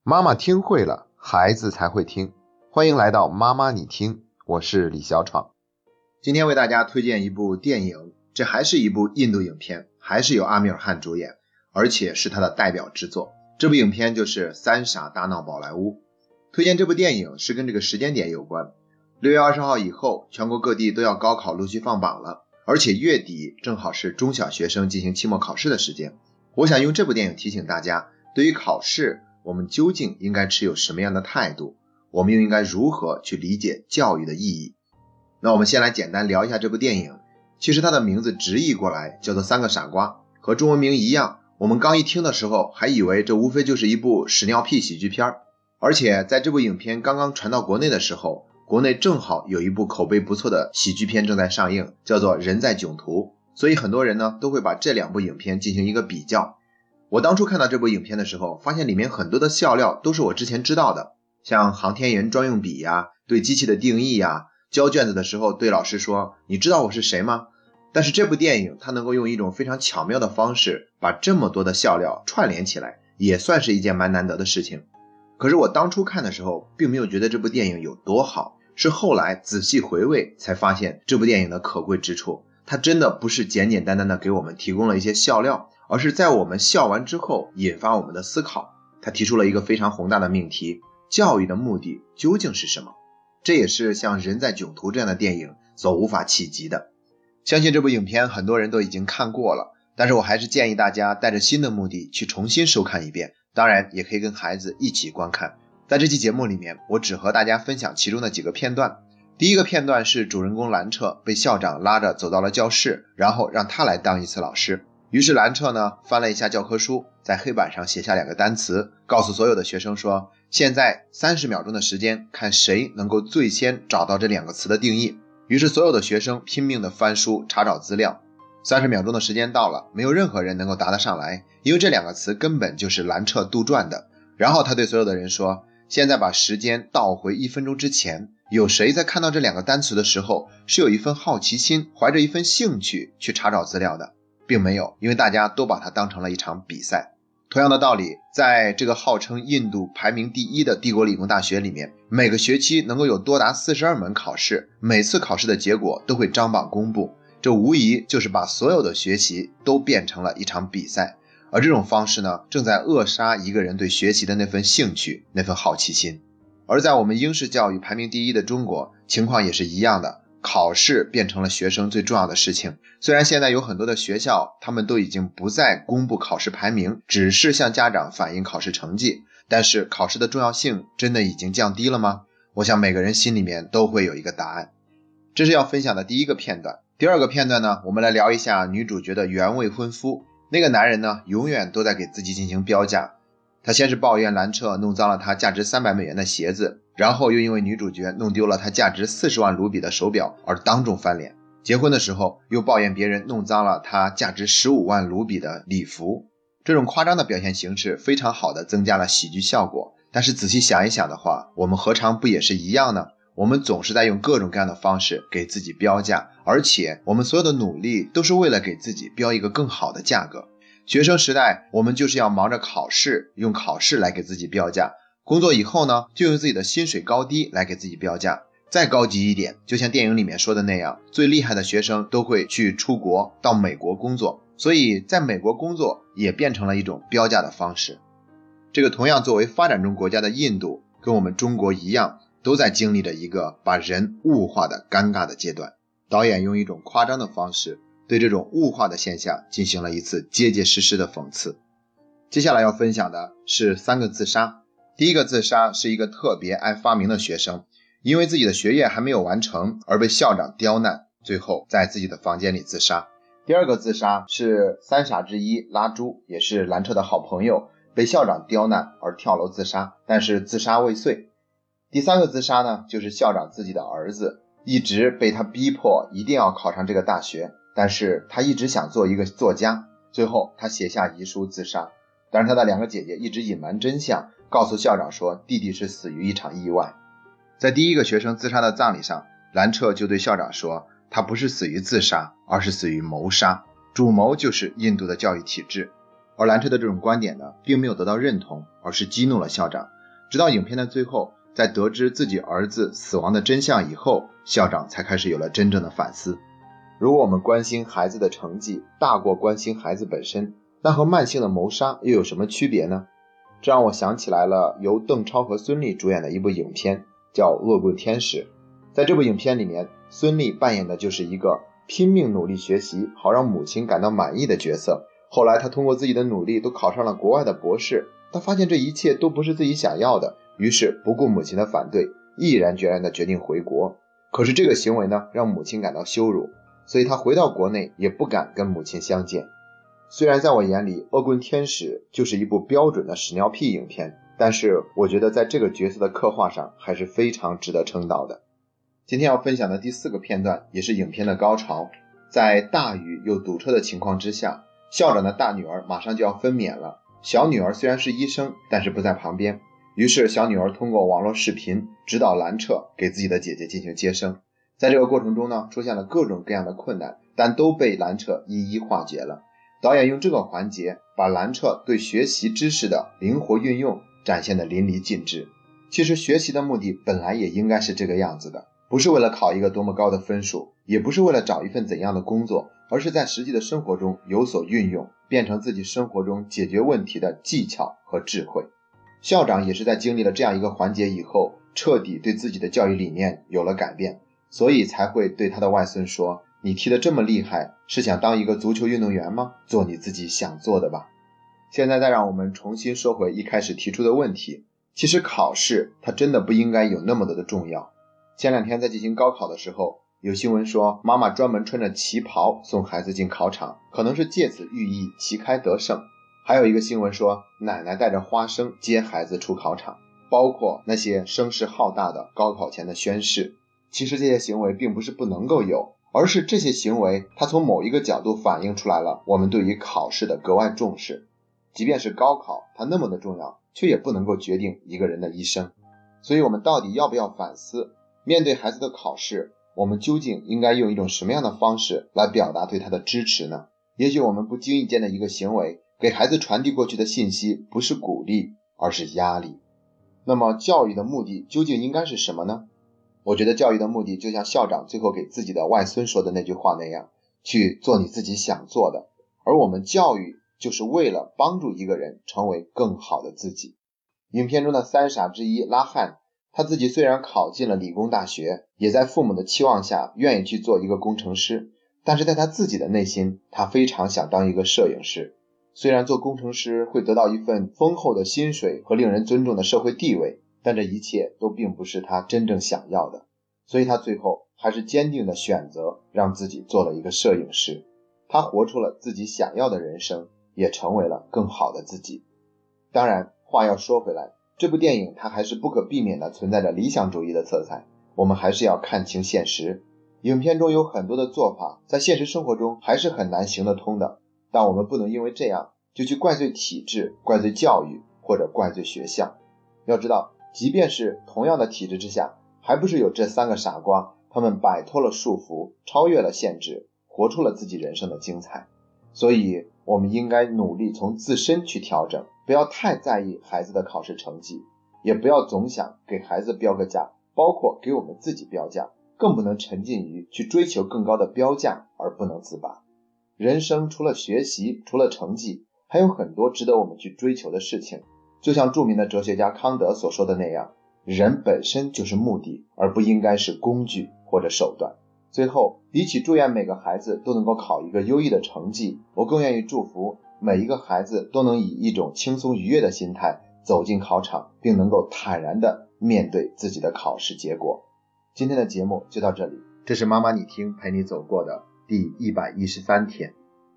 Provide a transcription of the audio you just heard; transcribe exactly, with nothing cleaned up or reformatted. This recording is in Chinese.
妈妈听会了，孩子才会听。欢迎来到妈妈你听，我是李小闯。今天为大家推荐一部电影，这还是一部印度影片，还是由阿米尔汗主演，而且是他的代表之作。这部影片就是《三傻大闹宝莱坞》。推荐这部电影是跟这个时间点有关。六月二十号以后，全国各地都要高考陆续放榜了，而且月底正好是中小学生进行期末考试的时间。我想用这部电影提醒大家，对于考试，我们究竟应该持有什么样的态度？我们又应该如何去理解教育的意义？那我们先来简单聊一下这部电影。其实它的名字直译过来叫做三个傻瓜，和中文名一样，我们刚一听的时候还以为这无非就是一部屎尿屁喜剧片。而且在这部影片刚刚传到国内的时候，国内正好有一部口碑不错的喜剧片正在上映，叫做《人在囧途》，所以很多人呢都会把这两部影片进行一个比较。我当初看到这部影片的时候，发现里面很多的笑料都是我之前知道的，像航天员专用笔呀，对机器的定义呀，交卷子的时候对老师说你知道我是谁吗？但是这部电影它能够用一种非常巧妙的方式把这么多的笑料串联起来，也算是一件蛮难得的事情。可是我当初看的时候并没有觉得这部电影有多好，是后来仔细回味才发现这部电影的可贵之处。它真的不是简简单单的给我们提供了一些笑料，而是在我们笑完之后引发我们的思考。他提出了一个非常宏大的命题，教育的目的究竟是什么？这也是像《人在囧途》这样的电影所无法企及的。相信这部影片很多人都已经看过了，但是我还是建议大家带着新的目的去重新收看一遍，当然也可以跟孩子一起观看。在这期节目里面，我只和大家分享其中的几个片段。第一个片段是主人公兰彻被校长拉着走到了教室，然后让他来当一次老师。于是兰彻呢翻了一下教科书，在黑板上写下两个单词，告诉所有的学生说，现在三十秒钟的时间，看谁能够最先找到这两个词的定义。于是所有的学生拼命的翻书查找资料。三十秒钟的时间到了，没有任何人能够答得上来，因为这两个词根本就是兰彻杜撰的。然后他对所有的人说，现在把时间倒回一分钟之前，有谁在看到这两个单词的时候是有一份好奇心，怀着一份兴趣去查找资料的？并没有，因为大家都把它当成了一场比赛。同样的道理，在这个号称印度排名第一的帝国理工大学里面，每个学期能够有多达四十二门考试，每次考试的结果都会张榜公布，这无疑就是把所有的学习都变成了一场比赛。而这种方式呢，正在扼杀一个人对学习的那份兴趣，那份好奇心。而在我们应试教育排名第一的中国，情况也是一样的，考试变成了学生最重要的事情。虽然现在有很多的学校，他们都已经不再公布考试排名，只是向家长反映考试成绩，但是考试的重要性真的已经降低了吗？我想每个人心里面都会有一个答案。这是要分享的第一个片段。第二个片段呢，我们来聊一下女主角的原未婚夫。那个男人呢，永远都在给自己进行标价。他先是抱怨兰彻弄脏了他价值三百美元的鞋子，然后又因为女主角弄丢了他价值四十万卢比的手表而当众翻脸。结婚的时候又抱怨别人弄脏了他价值十五万卢比的礼服。这种夸张的表现形式非常好的增加了喜剧效果，但是仔细想一想的话，我们何尝不也是一样呢？我们总是在用各种各样的方式给自己标价，而且我们所有的努力都是为了给自己标一个更好的价格。学生时代我们就是要忙着考试，用考试来给自己标价，工作以后呢，就用自己的薪水高低来给自己标价。再高级一点，就像电影里面说的那样，最厉害的学生都会去出国到美国工作，所以在美国工作也变成了一种标价的方式。这个同样作为发展中国家的印度，跟我们中国一样，都在经历着一个把人物化的尴尬的阶段。导演用一种夸张的方式对这种物化的现象进行了一次结结实实的讽刺。接下来要分享的是三个自杀。第一个自杀是一个特别爱发明的学生，因为自己的学业还没有完成而被校长刁难，最后在自己的房间里自杀。第二个自杀是三傻之一拉朱，也是兰彻的好朋友，被校长刁难而跳楼自杀，但是自杀未遂。第三个自杀呢，就是校长自己的儿子，一直被他逼迫一定要考上这个大学，但是他一直想做一个作家，最后他写下遗书自杀。但是他的两个姐姐一直隐瞒真相，告诉校长说弟弟是死于一场意外。在第一个学生自杀的葬礼上，兰彻就对校长说，他不是死于自杀，而是死于谋杀。主谋就是印度的教育体制。 而兰彻的这种观点呢，并没有得到认同，而是激怒了校长。直到影片的最后，在得知自己儿子死亡的真相以后，校长才开始有了真正的反思。如果我们关心孩子的成绩大过关心孩子本身，那和慢性的谋杀又有什么区别呢？这让我想起来了由邓超和孙俪主演的一部影片，叫《恶棍天使》。在这部影片里面，孙俪扮演的就是一个拼命努力学习，好让母亲感到满意的角色。后来她通过自己的努力都考上了国外的博士，她发现这一切都不是自己想要的，于是不顾母亲的反对，毅然决然地决定回国。可是这个行为呢，让母亲感到羞辱，所以她回到国内也不敢跟母亲相见。虽然在我眼里，《恶棍天使》就是一部标准的屎尿屁影片，但是我觉得在这个角色的刻画上还是非常值得称道的。今天要分享的第四个片段也是影片的高潮，在大雨又堵车的情况之下，校长的大女儿马上就要分娩了，小女儿虽然是医生，但是不在旁边，于是小女儿通过网络视频指导兰彻给自己的姐姐进行接生。在这个过程中呢，出现了各种各样的困难，但都被兰彻一一化解了。导演用这个环节把兰彻对学习知识的灵活运用展现得淋漓尽致。其实学习的目的本来也应该是这个样子的，不是为了考一个多么高的分数，也不是为了找一份怎样的工作，而是在实际的生活中有所运用，变成自己生活中解决问题的技巧和智慧。校长也是在经历了这样一个环节以后，彻底对自己的教育理念有了改变，所以才会对他的外孙说，你踢得这么厉害，是想当一个足球运动员吗？做你自己想做的吧。现在再让我们重新说回一开始提出的问题，其实考试它真的不应该有那么多的重要。前两天在进行高考的时候，有新闻说妈妈专门穿着旗袍送孩子进考场，可能是借此寓意旗开得胜。还有一个新闻说奶奶带着花生接孩子出考场，包括那些声势浩大的高考前的宣誓。其实这些行为并不是不能够有，而是这些行为它从某一个角度反映出来了我们对于考试的格外重视。即便是高考它那么的重要，却也不能够决定一个人的一生。所以我们到底要不要反思，面对孩子的考试，我们究竟应该用一种什么样的方式来表达对他的支持呢？也许我们不经意间的一个行为，给孩子传递过去的信息不是鼓励，而是压力。那么教育的目的究竟应该是什么呢？我觉得教育的目的就像校长最后给自己的外孙说的那句话那样，去做你自己想做的。而我们教育就是为了帮助一个人成为更好的自己。影片中的三傻之一拉汉，他自己虽然考进了理工大学，也在父母的期望下愿意去做一个工程师，但是在他自己的内心，他非常想当一个摄影师。虽然做工程师会得到一份丰厚的薪水和令人尊重的社会地位，但这一切都并不是他真正想要的，所以他最后还是坚定地选择让自己做了一个摄影师。他活出了自己想要的人生，也成为了更好的自己。当然话要说回来，这部电影它还是不可避免地存在着理想主义的色彩，我们还是要看清现实。影片中有很多的做法在现实生活中还是很难行得通的，但我们不能因为这样就去怪罪体制、怪罪教育或者怪罪学校。要知道即便是同样的体制之下，还不是有这三个傻瓜，他们摆脱了束缚，超越了限制，活出了自己人生的精彩。所以我们应该努力从自身去调整，不要太在意孩子的考试成绩，也不要总想给孩子标个价，包括给我们自己标价，更不能沉浸于去追求更高的标价而不能自拔。人生除了学习，除了成绩，还有很多值得我们去追求的事情。就像著名的哲学家康德所说的那样，人本身就是目的，而不应该是工具或者手段。最后，比起祝愿每个孩子都能够考一个优异的成绩，我更愿意祝福每一个孩子都能以一种轻松愉悦的心态走进考场，并能够坦然地面对自己的考试结果。今天的节目就到这里，这是妈妈你听陪你走过的第一百一十三天。